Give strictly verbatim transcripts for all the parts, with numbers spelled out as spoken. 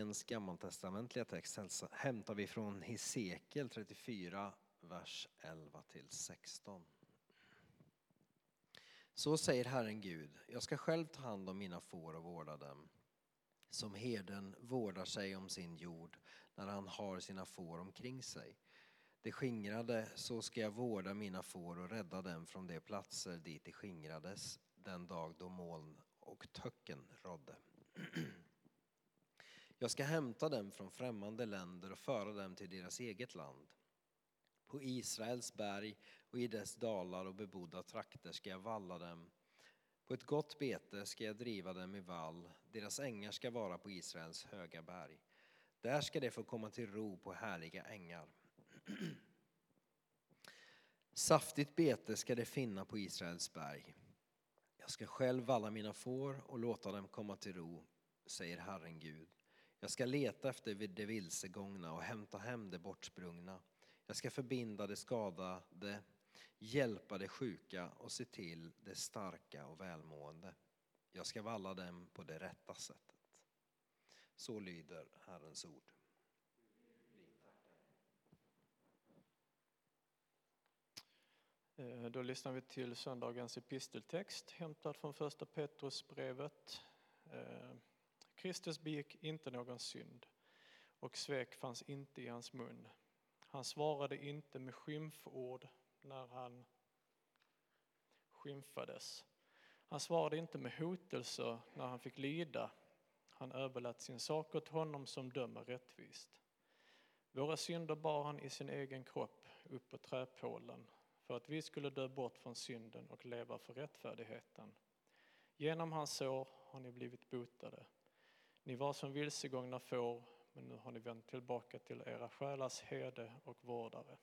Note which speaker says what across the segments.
Speaker 1: dagens gammaltestamentliga text hämtar vi från Hesekiel trettiofyra, vers elva till sexton. Så säger Herren Gud, jag ska själv ta hand om mina får och vårda dem. Som herden vårdar sig om sin jord när han har sina får omkring sig. Det skingrade, så ska jag vårda mina får och rädda dem från de platser dit det skingrades den dag då moln och töcken rådde. Jag ska hämta dem från främmande länder och föra dem till deras eget land. På Israels berg och i dess dalar och bebodda trakter ska jag valla dem. På ett gott bete ska jag driva dem i vall. Deras ängar ska vara på Israels höga berg. Där ska de få komma till ro på härliga ängar. Saftigt bete ska de finna på Israels berg. Jag ska själv valla mina får och låta dem komma till ro, säger Herren Gud. Jag ska leta efter de vilsegångna och hämta hem de bortsprungna. Jag ska förbinda de skadade, hjälpa de sjuka och se till de starka och välmående. Jag ska valla dem på det rätta sättet. Så lyder Herrens ord.
Speaker 2: Då lyssnar vi till söndagens episteltext hämtad från första Petrusbrevet. Kristus begick inte någon synd och svek fanns inte i hans mun. Han svarade inte med skymford när han skymfades. Han svarade inte med hotelser när han fick lida. Han överlät sin sak åt honom som dömer rättvist. Våra synder bar han i sin egen kropp upp på träpålen för att vi skulle dö bort från synden och leva för rättfärdigheten. Genom hans sår har ni blivit botade. Ni var som vilsegångna får, men nu har ni vänt tillbaka till era själars herde och vårdare.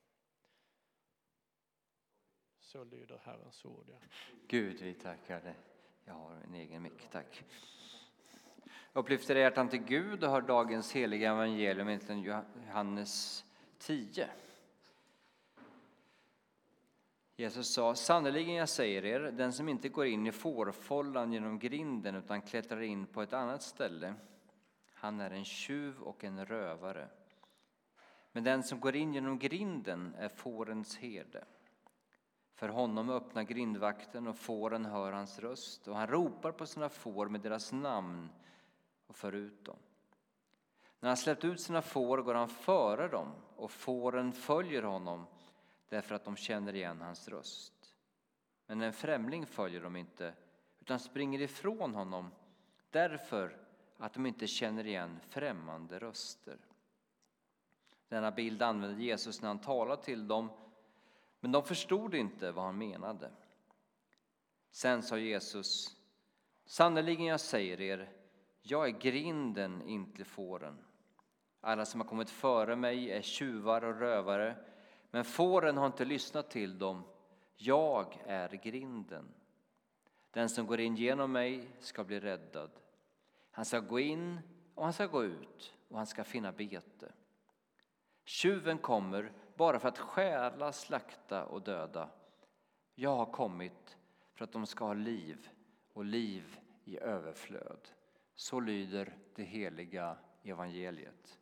Speaker 2: Så lyder Herrens ord. Ja.
Speaker 3: Gud, vi tackar dig. Jag har en egen mick, tack. Upplyfter hjärtan till Gud och hör dagens heliga evangelium enligt Johannes tio. Jesus sa, sannoliken jag säger er, den som inte går in i fårfållan genom grinden utan klättrar in på ett annat ställe, han är en tjuv och en rövare. Men den som går in genom grinden är fårens herde. För honom öppnar grindvakten och fåren hör hans röst och han ropar på sina får med deras namn och för ut dem. När han släppt ut sina får går han före dem och fåren följer honom därför att de känner igen hans röst. Men en främling följer dem inte utan springer ifrån honom därför att de inte känner igen främmande röster. Denna bild använde Jesus när han talade till dem, men de förstod inte vad han menade. Sen sa Jesus, sannoliken jag säger er, jag är grinden in till fåren. Alla som har kommit före mig är tjuvar och rövare, men fåren har inte lyssnat till dem. Jag är grinden. Den som går in genom mig ska bli räddad. Han ska gå in och han ska gå ut och han ska finna bete. Tjuven kommer bara för att stjäla, slakta och döda. Jag har kommit för att de ska ha liv och liv i överflöd. Så lyder det heliga evangeliet.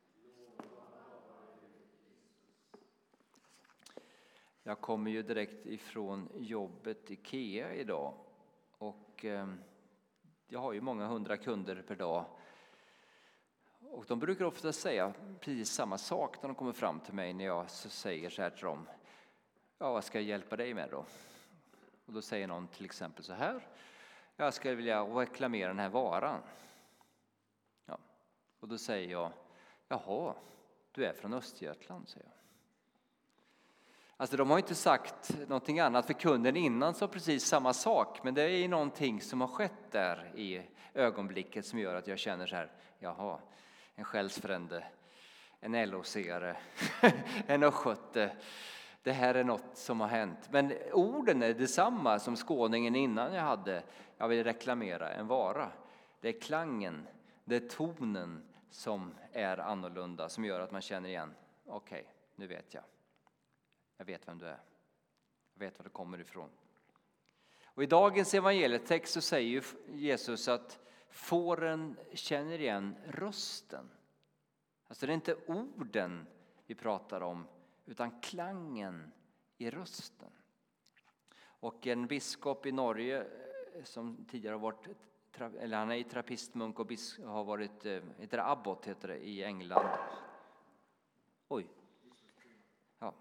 Speaker 3: Jag kommer ju direkt ifrån jobbet i Ikea idag och eh, jag har ju många hundra kunder per dag. Och de brukar ofta säga precis samma sak när de kommer fram till mig när jag säger så här till dem. Ja, vad ska jag hjälpa dig med då? Och då säger någon till exempel så här. Jag skulle vilja reklamera den här varan. Ja. Och då säger jag, jaha, du är från Östergötland, säger jag. Alltså de har inte sagt någonting annat för kunden innan, så precis samma sak. Men det är någonting som har skett där i ögonblicket som gör att jag känner så här, jaha, en själsfrände, en L O C-are, en östgöte. Det här är något som har hänt. Men orden är detsamma som skåningen innan jag hade. Jag vill reklamera en vara. Det är klangen, det är tonen som är annorlunda. Som gör att man känner igen. Okej, okay, nu vet jag. Jag vet vem du är. Jag vet var du kommer ifrån. Och i dagens evangelietext så säger Jesus att fåren känner igen rösten. Alltså det är inte orden vi pratar om, utan klangen i rösten. Och en biskop i Norge som tidigare har varit, eller han är trappistmunk och har varit, heter det abbot heter det i England. Oj. Ja.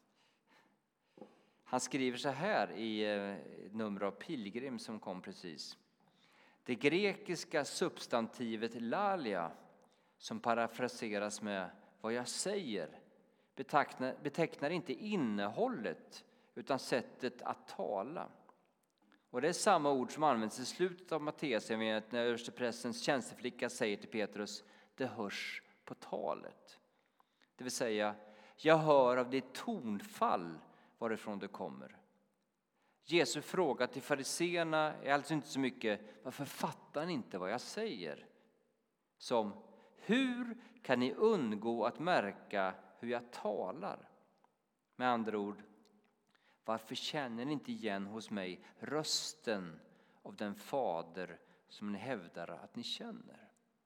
Speaker 3: Han skriver så här i nummer av Pilgrim som kom precis. Det grekiska substantivet lalia, som parafraseras med vad jag säger, betecknar, betecknar inte innehållet utan sättet att tala. Och det är samma ord som används i slutet av Matteusevangeliet när översteprästens tjänsteflicka säger till Petrus, det hörs på talet. Det vill säga, jag hör av ditt tonfall varifrån det kommer. Jesu fråga till fariseerna är alltså inte så mycket, varför fattar ni inte vad jag säger? Som, hur kan ni undgå att märka hur jag talar? Med andra ord, varför känner ni inte igen hos mig rösten av den fader som ni hävdar att ni känner?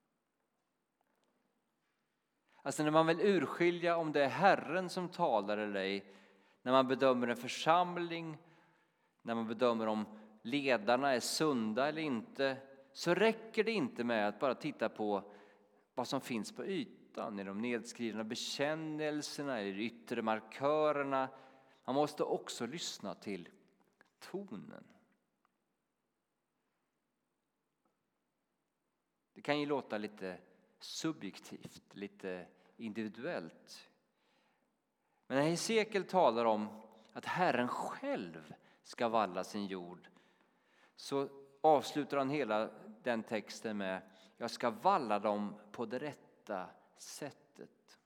Speaker 3: Alltså när man vill urskilja om det är Herren som talar eller ej, när man bedömer en församling, när man bedömer om ledarna är sunda eller inte, så räcker det inte med att bara titta på vad som finns på ytan, i de nedskrivna bekännelserna, i de yttre markörerna. Man måste också lyssna till tonen. Det kan ju låta lite subjektivt, lite individuellt. Men när Hesekiel talar om att Herren själv ska valla sin jord, så avslutar han hela den texten med jag ska valla dem på det rätta sättet.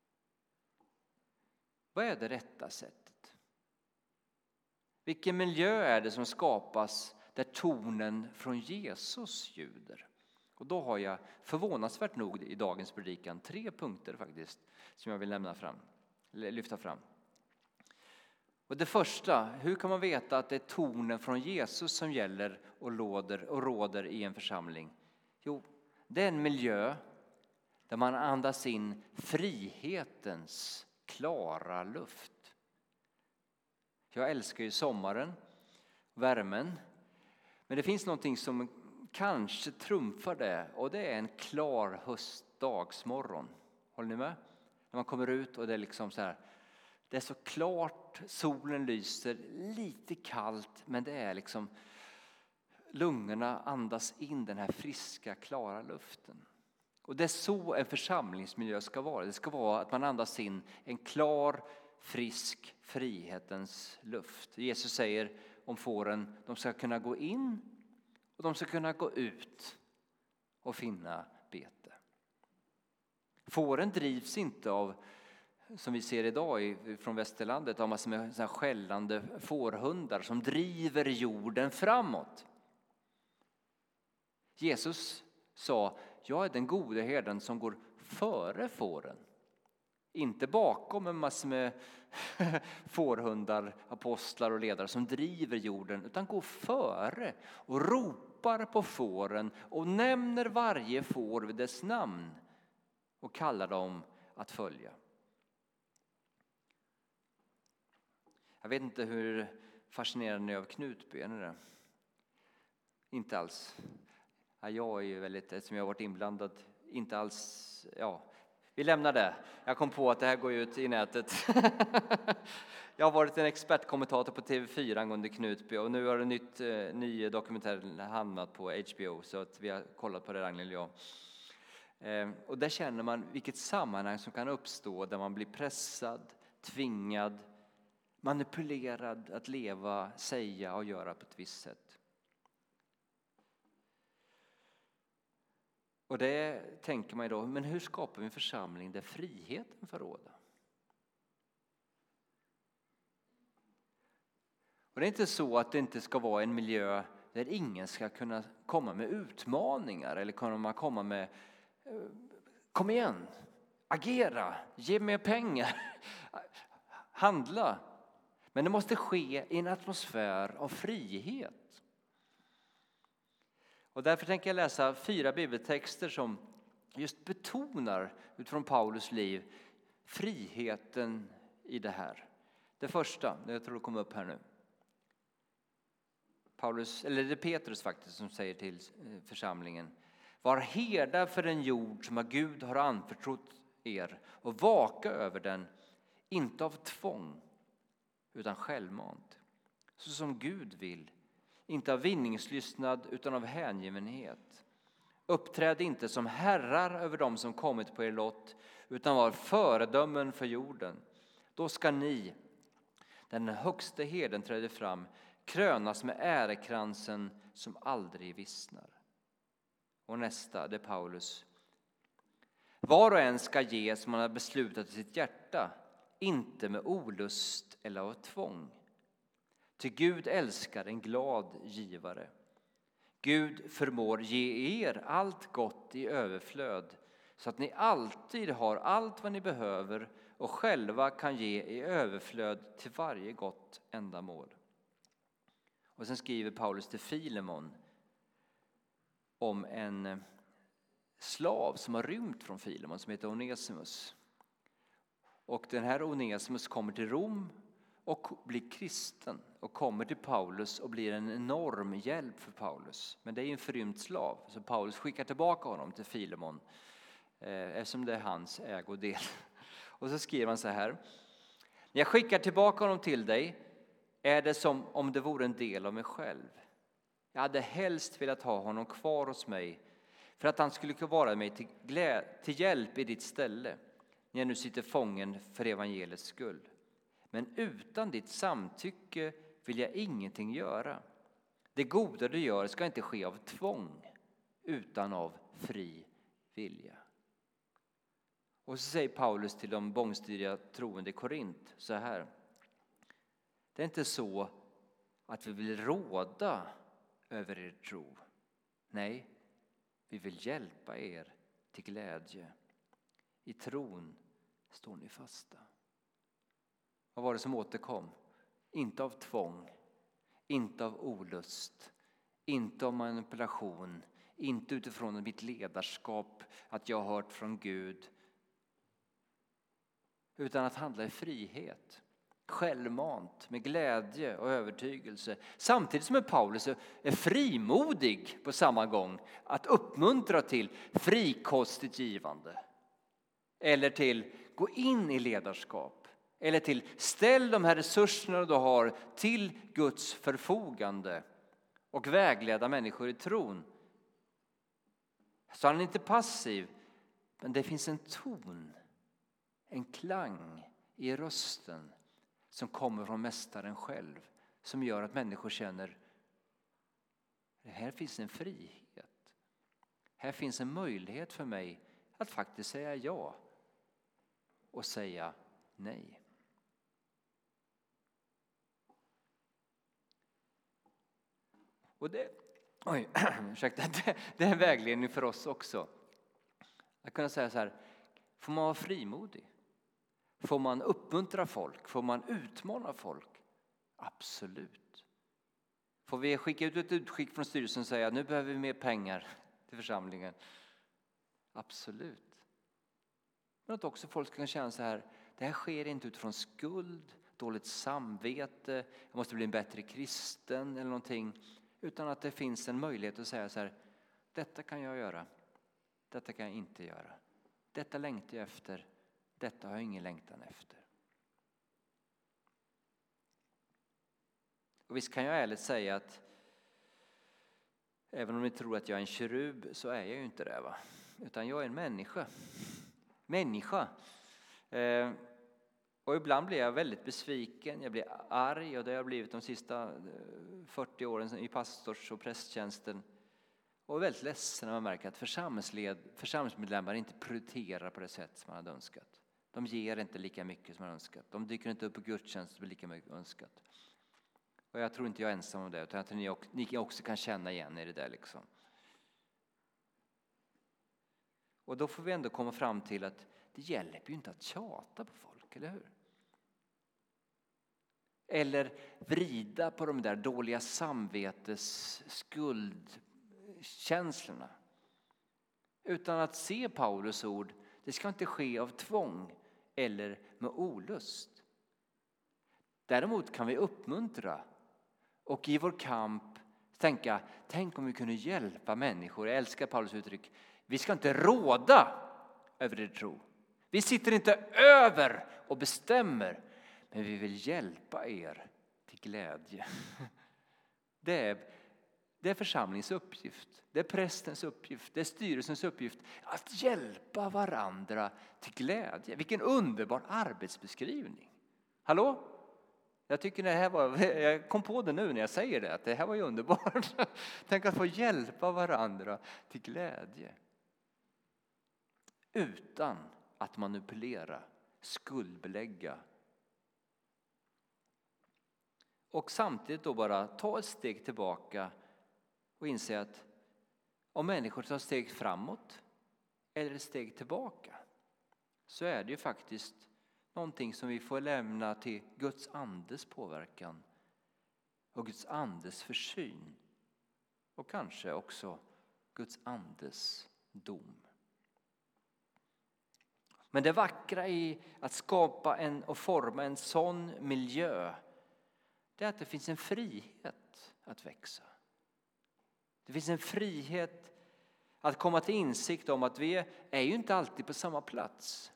Speaker 3: Vad är det rätta sättet? Vilken miljö är det som skapas där tonen från Jesus ljuder? Och då har jag förvånansvärt nog i dagens predikan tre punkter faktiskt som jag vill lämna fram, lyfta fram. Och det första, hur kan man veta att det är tonen från Jesus som gäller och råder, och råder i en församling? Jo, det är en miljö där man andas in frihetens klara luft. Jag älskar ju sommaren, värmen, men det finns någonting som kanske trumfar det, och det är en klar höstdagsmorgon. Håller ni med? När man kommer ut och det är liksom så här, det är så klart, solen lyser, lite kallt, men det är liksom lungorna andas in den här friska, klara luften. Och det är så en församlingsmiljö ska vara. Det ska vara att man andas in en klar, frisk, frihetens luft. Jesus säger om fåren, de ska kunna gå in och de ska kunna gå ut och finna bete. Fåren drivs inte av, som vi ser idag från Västerlandet, av massor med så här skällande fårhundar som driver jorden framåt. Jesus sa, jag är den gode herden som går före fåren. Inte bakom en massa med fårhundar, apostlar och ledare som driver jorden, utan går före och ropar på fåren och nämner varje får vid dess namn och kallar dem att följa. Jag vet inte hur fascinerande ni är av knutben är det. Inte alls. Ja, jag är ju väldigt, eftersom jag har varit inblandad, inte alls, ja, vi lämnar det. Jag kom på att det här går ut i nätet. Jag har varit en expertkommentator på T V fyra angående Knutby och nu har det nytt, eh, ny dokumentär hamnat på H B O, så att vi har kollat på det, Ragnhild och jag. Eh, och där känner man vilket sammanhang som kan uppstå där man blir pressad, tvingad, manipulerad att leva, säga och göra på ett visst sätt. Och det tänker man ju då, men hur skapar vi en församling där friheten får råda? Och det är inte så att det inte ska vara en miljö där ingen ska kunna komma med utmaningar eller kunna komma med, kom igen, agera, ge mer pengar, handla. Men det måste ske i en atmosfär av frihet. Och därför tänker jag läsa fyra bibeltexter som just betonar utifrån Paulus liv friheten i det här. Det första, det jag tror det kommer upp här nu. Paulus, eller det är Petrus faktiskt som säger till församlingen: var herdar för den jord som Gud har anförtrott er och vaka över den, inte av tvång utan självmant, så som Gud vill, inte av vinningslystnad utan av hängivenhet. Uppträd inte som herrar över dem som kommit på er lott, utan var föredömen för jorden. Då ska ni, den högste herden träder fram, krönas med ärekransen som aldrig vissnar. Och nästa, det är Paulus. Var och en ska ge som man har beslutat i sitt hjärta, inte med olust eller av tvång. Ty Gud älskar en glad givare. Gud förmår ge er allt gott i överflöd, så att ni alltid har allt vad ni behöver och själva kan ge i överflöd till varje gott ändamål. Och sen skriver Paulus till Filemon om en slav som har rymt från Filemon som heter Onesimus. Och den här Onesimus kommer till Rom och blir kristen och kommer till Paulus och blir en enorm hjälp för Paulus. Men det är en förrymd slav, så Paulus skickar tillbaka honom till Filemon eh, eftersom det är hans ägodel. Och så skriver han så här: när jag skickar tillbaka honom till dig är det som om det vore en del av mig själv. Jag hade helst velat ha honom kvar hos mig för att han skulle kunna vara mig till, glä- till hjälp i ditt ställe när jag nu sitter fången för evangeliets skull. Men utan ditt samtycke vill jag ingenting göra. Det goda du gör ska inte ske av tvång utan av fri vilja. Och så säger Paulus till de bångstyriga troende i Korint så här: det är inte så att vi vill råda över er tro. Nej, vi vill hjälpa er till glädje. I tron står ni fasta. Vad var det som återkom? Inte av tvång, inte av olust, inte av manipulation, inte utifrån mitt ledarskap, att jag har hört från Gud, utan att handla i frihet, självmant, med glädje och övertygelse. Samtidigt som Paulus är frimodig på samma gång att uppmuntra till frikostigt givande, eller till gå in i ledarskap, eller till ställ de här resurserna du har till Guds förfogande och vägleda människor i tron. Så han är inte passiv, men det finns en ton, en klang i rösten som kommer från mästaren själv, som gör att människor känner: det här finns en frihet. Här finns en möjlighet för mig att faktiskt säga ja och säga nej. Och det, oj, ursäkta, det, det är en vägledning för oss också. Att kunna säga så här: får man vara frimodig? Får man uppmuntra folk? Får man utmana folk? Absolut. Får vi skicka ut ett utskick från styrelsen och säga: nu behöver vi mer pengar till församlingen? Absolut. Men att också folk kan känna så här: det här sker inte utifrån skuld, dåligt samvete, jag måste bli en bättre kristen eller någonting. Utan att det finns en möjlighet att säga så här: detta kan jag göra, detta kan jag inte göra. Detta längtar jag efter, detta har jag ingen längtan efter. Och visst kan jag ärligt säga att även om ni tror att jag är en kerub så är jag ju inte det, va? Utan jag är en människa. Människa. Eh, och ibland blir jag väldigt besviken, jag blir arg, och det har jag blivit de sista fyrtio åren i pastors- och prästtjänsten. Och är väldigt ledsen när man märker att församlingsled, församlingsmedlemmar inte prioriterar på det sätt som man hade önskat. De ger inte lika mycket som man önskat. De dyker inte upp på gudstjänst lika mycket önskat. Och jag tror inte jag är ensam om det, utan att ni, ni också kan känna igen er i det där liksom. Och då får vi ändå komma fram till att det hjälper ju inte att tjata på folk, eller hur? Eller vrida på de där dåliga samvetes skuldkänslorna. Utan att se Paulus ord, det ska inte ske av tvång eller med olust. Däremot kan vi uppmuntra och i vår kamp tänka, tänk om vi kunde hjälpa människor. Jag älskar Paulus uttryck. Vi ska inte råda över er tro. Vi sitter inte över och bestämmer, men vi vill hjälpa er till glädje. Det är, det är församlingens uppgift. Det är prästens uppgift. Det är styrelsens uppgift att hjälpa varandra till glädje. Vilken underbar arbetsbeskrivning. Hallå? Jag tycker det här var, jag kom på det nu när jag säger det, att det här var ju underbart. Tänk att få hjälpa varandra till glädje. Utan att manipulera, skuldbelägga. Och samtidigt då bara ta ett steg tillbaka och inse att om människor tar steg framåt eller ett steg tillbaka, så är det ju faktiskt någonting som vi får lämna till Guds andes påverkan och Guds andes försyn och kanske också Guds andes dom. Men det vackra i att skapa en och forma en sån miljö, det är att det finns en frihet att växa. Det finns en frihet att komma till insikt om att vi är ju inte alltid på samma plats.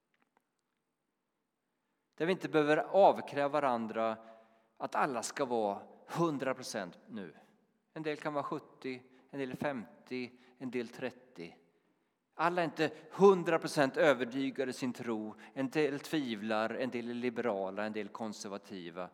Speaker 3: Där vi inte behöver avkräva varandra att alla ska vara hundra procent nu. En del kan vara sjuttio, en del femtio, en del trettio. Alla är inte hundra procent övertygade i sin tro. En del tvivlar, en del är liberala, en del konservativa.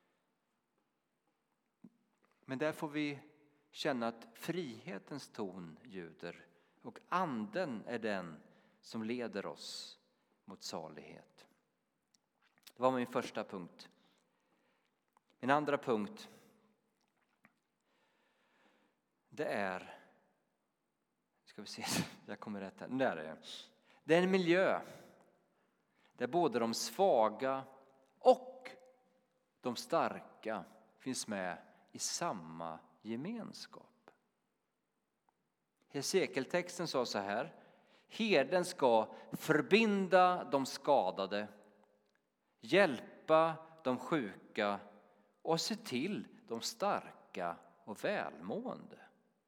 Speaker 3: Men där får vi känna att frihetens ton ljuder. Och anden är den som leder oss mot salighet. Det var min första punkt. Min andra punkt, det är, ska vi se, jag kommer rätt här. Där är det. Det är en miljö där både de svaga och de starka finns med i samma gemenskap. Hesekieltexten sa så här: herden ska förbinda de skadade, hjälpa de sjuka och se till de starka och välmående.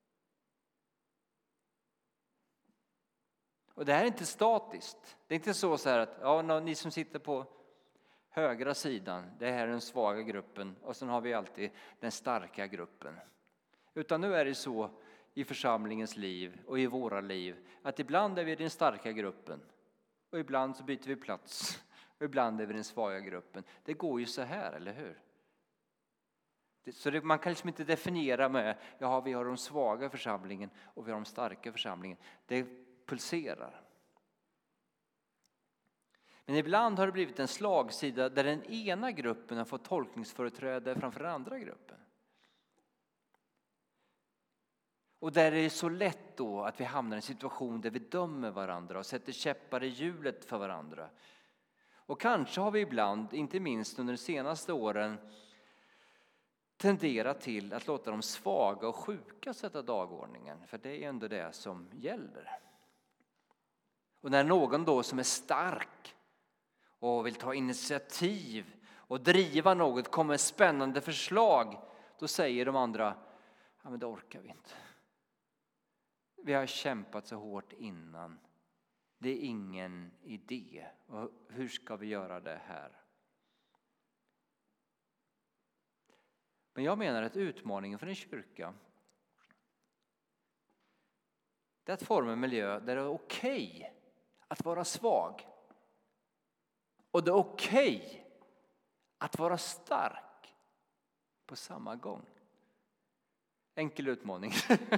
Speaker 3: Och det här är inte statiskt. Det är inte så, så här att ja, ni som sitter på högra sidan, det här är den svaga gruppen och sen har vi alltid den starka gruppen. Utan nu är det så i församlingens liv och i våra liv att ibland är vi den starka gruppen och ibland så byter vi plats och ibland är vi den svaga gruppen. Det går ju så här, eller hur? Så det, man kan liksom inte definiera med ja, vi har de svaga församlingen och vi har de starka församlingen. Det pulserar. Men ibland har det blivit en slagsida där den ena gruppen har fått tolkningsföreträde framför den andra gruppen. Och där är det så lätt då att vi hamnar i en situation där vi dömer varandra och sätter käppar i hjulet för varandra. Och kanske har vi ibland, inte minst under de senaste åren, tenderat till att låta de svaga och sjuka sätta dagordningen. För det är ändå det som gäller. Och när någon då som är stark och vill ta initiativ och driva något, kommer ett spännande förslag, då säger de andra, ja men det orkar vi inte. Vi har kämpat så hårt innan. Det är ingen idé. Och hur ska vi göra det här? Men jag menar att utmaningen för en kyrka det är att forma en miljö där det är okej att vara svag. Och det är okej att vara stark på samma gång. Enkel utmaning.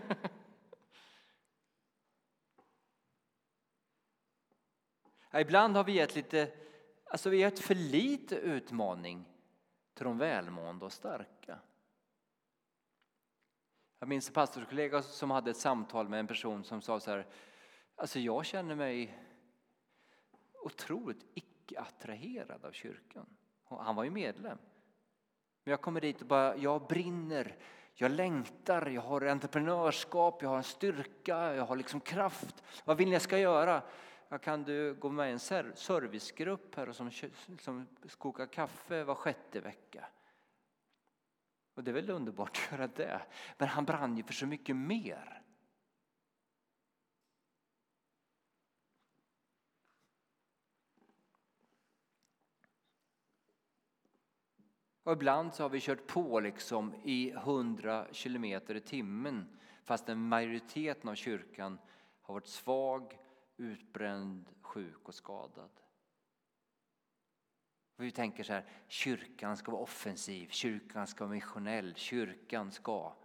Speaker 3: Ja, ibland har vi gett lite, alltså vi har gett för lite utmaning till de välmående och starka. Jag minns en pastorskollega som hade ett samtal med en person som sa så här, alltså jag känner mig otroligt icke-attraherad av kyrkan. Och han var ju medlem. Men jag kommer dit och bara, jag brinner, Jag längtar, jag har entreprenörskap, jag har en styrka, jag har liksom kraft. Vad vill ni jag ska göra? Ja, kan du gå med i en servicegrupp här och som, som kokar kaffe var sjätte vecka? Och det är väl underbart att göra det. Men han brann ju för så mycket mer. Och ibland så har vi kört på liksom i hundra kilometer i timmen. Fast en majoriteten av kyrkan har varit svag, utbränd, sjuk och skadad. Och vi tänker så här, kyrkan ska vara offensiv, kyrkan ska vara missionell, kyrkan ska.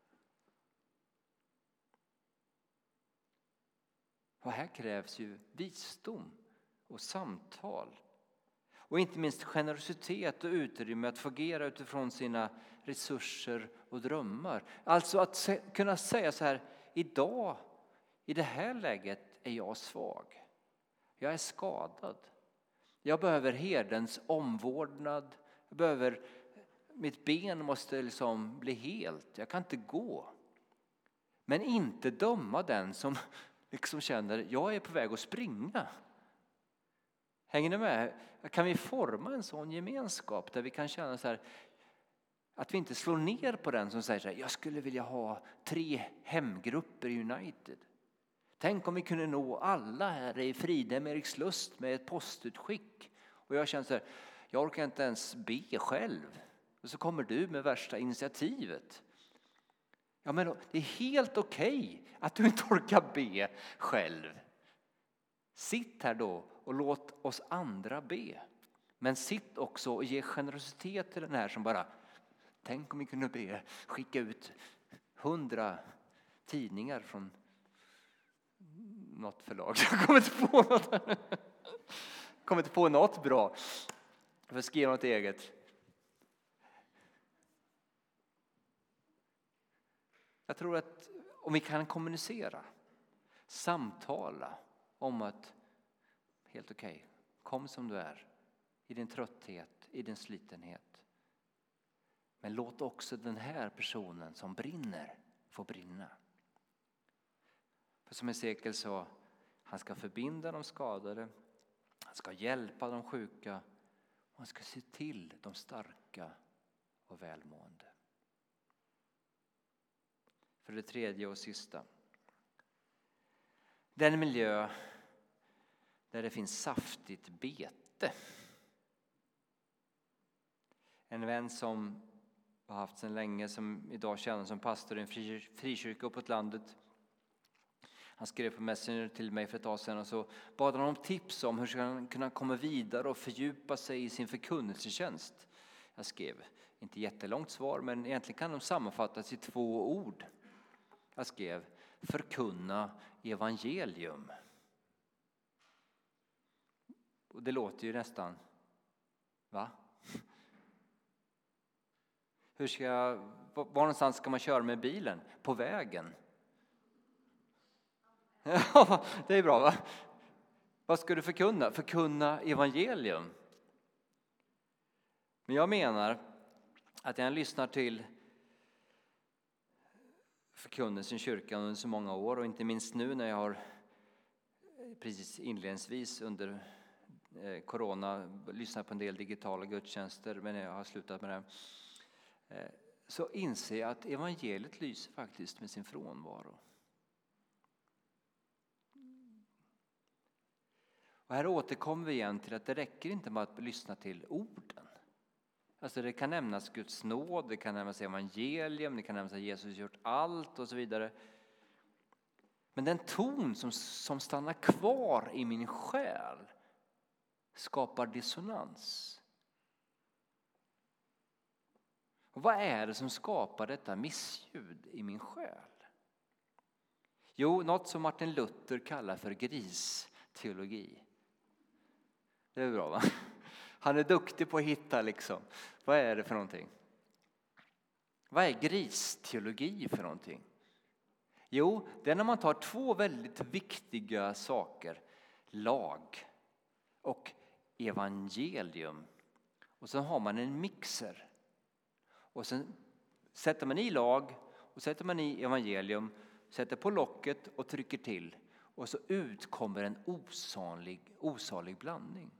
Speaker 3: Och här krävs ju visdom och samtal. Och inte minst generositet och utrymme att fungera utifrån sina resurser och drömmar. Alltså att se, kunna säga så här, idag, i det här läget är jag svag. Jag är skadad. Jag behöver herdens omvårdnad. Jag behöver, mitt ben måste liksom bli helt. Jag kan inte gå. Men inte döma den som liksom känner, jag är på väg att springa. Hänger ni med? Kan vi forma en sån gemenskap där vi kan känna så här, att vi inte slår ner på den som säger så här, jag skulle vilja ha tre hemgrupper i United. Tänk om vi kunde nå alla här i Fridhem Erikslust med ett postutskick. Och jag känner så här, jag orkar inte ens be själv. Och så kommer du med värsta initiativet. Ja, men det är helt okej att du inte orkar be själv. Sitt här då och låt oss andra be. Men sitt också och ge generositet till den här som bara, tänk om vi kunde be, skicka ut hundra tidningar från något förlag. Jag kommer inte på något. Kommer inte på något bra. Jag får skriva något eget. Jag tror att om vi kan kommunicera, samtala om att helt okej, okay, kom som du är i din trötthet, i din slitenhet. Men låt också den här personen som brinner få brinna. För som Hesekiel sa, han ska förbinda de skadade, han ska hjälpa de sjuka och han ska se till de starka och välmående. För det tredje och sista. Den miljö där det finns saftigt bete. En vän som har haft sedan länge, som idag känner som pastor i en frikyrka uppåt landet. Han skrev på Messenger till mig för ett tag sedan och så bad han om tips om hur han kunna komma vidare och fördjupa sig i sin förkunnelsetjänst. Jag skrev, inte jättelångt svar, men egentligen kan de sammanfattas i två ord. Jag skrev, förkunna evangelium. Och det låter ju nästan, va? Hur ska jag, var någonstans ska man köra med bilen? På vägen? Ja, det är bra, va? Vad ska du förkunna? Förkunna evangelium. Men jag menar att jag lyssnar till förkunnelsen i kyrkan under så många år och inte minst nu när jag har precis inledningsvis under corona lyssnat på en del digitala gudstjänster, men jag har slutat med det. Så inser jag att evangeliet lyser faktiskt med sin frånvaro. Och här återkommer vi igen till att det räcker inte med att lyssna till orden. Alltså det kan nämnas Guds nåd, det kan nämnas evangelium, det kan nämnas att Jesus gjort allt och så vidare. Men den ton som, som stannar kvar i min själ skapar dissonans. Och vad är det som skapar detta missljud i min själ? Jo, något som Martin Luther kallar för gristeologi. Det är bra, va? Han är duktig på att hitta liksom. Vad är det för någonting? Vad är gristeologi för någonting? Jo, det är när man tar två väldigt viktiga saker. Lag och evangelium. Och så har man en mixer. Och sen Sätter man i lag och sätter man i evangelium, sätter på locket och trycker till. Och så utkommer en osalig, osalig blandning.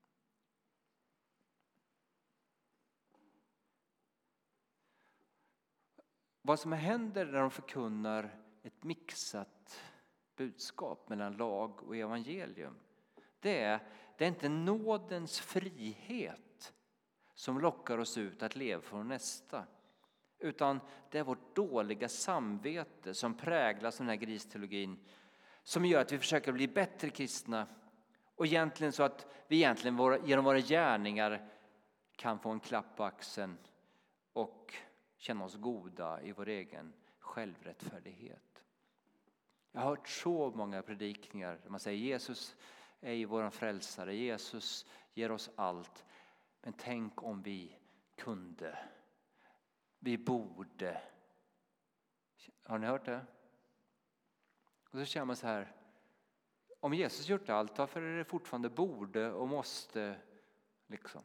Speaker 3: Vad som händer när de förkunnar ett mixat budskap mellan lag och evangelium, det är, det är inte nådens frihet som lockar oss ut att leva för nästa. Utan det är vårt dåliga samvete som präglas av den här gristeologin, som gör att vi försöker bli bättre kristna. Och egentligen så att vi egentligen våra, genom våra gärningar kan få en klapp på axeln och känna oss goda i vår egen självrättfärdighet. Jag har hört så många predikningar där man säger Jesus är ju vår frälsare, Jesus ger oss allt. Men tänk om vi kunde, vi borde. Har ni hört det? Och så känner man så här, om Jesus gjort allt, varför är det fortfarande borde och måste liksom?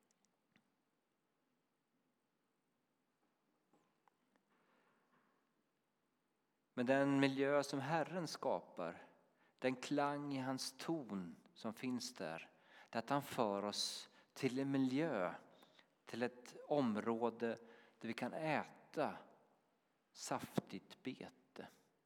Speaker 3: Men den miljö som Herren skapar, den klang i hans ton som finns där, det är att han för oss till en miljö, till ett område där vi kan äta saftigt bete.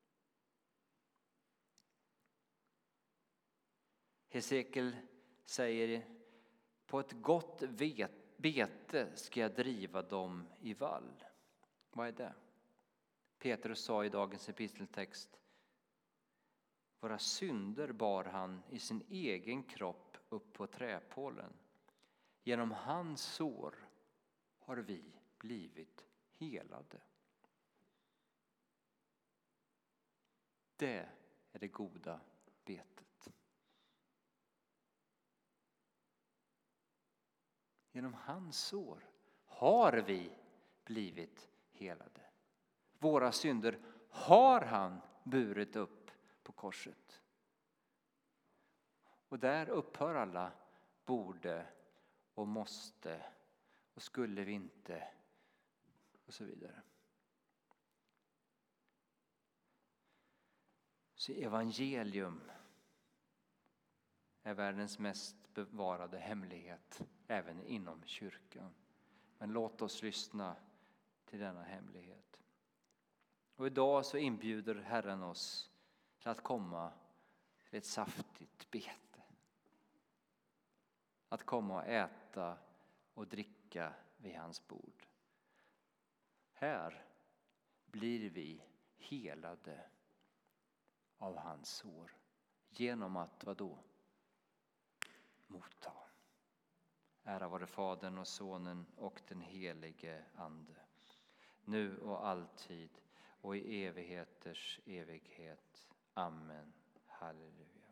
Speaker 3: Hesekiel säger, på ett gott bete ska jag driva dem i vall. Vad är det? Petrus sa i dagens episteltext, våra synder bar han i sin egen kropp upp på träpålen. Genom hans sår har vi blivit helade. Det är det goda betet. Genom hans sår har vi blivit helade. Våra synder har han burit upp på korset. Och där upphör alla borde och måste och skulle vi inte och så vidare. Så evangelium är världens mest bevarade hemlighet även inom kyrkan. Men låt oss lyssna till denna hemlighet. Och idag så inbjuder Herren oss till att komma till ett saftigt bete. Att komma och äta och dricka vid hans bord. Här blir vi helade av hans sår. Genom att vadå? Motta. Ära vare Fadern och Sonen och den helige Ande. Nu och alltid och i evigheters evighet. Amen. Halleluja.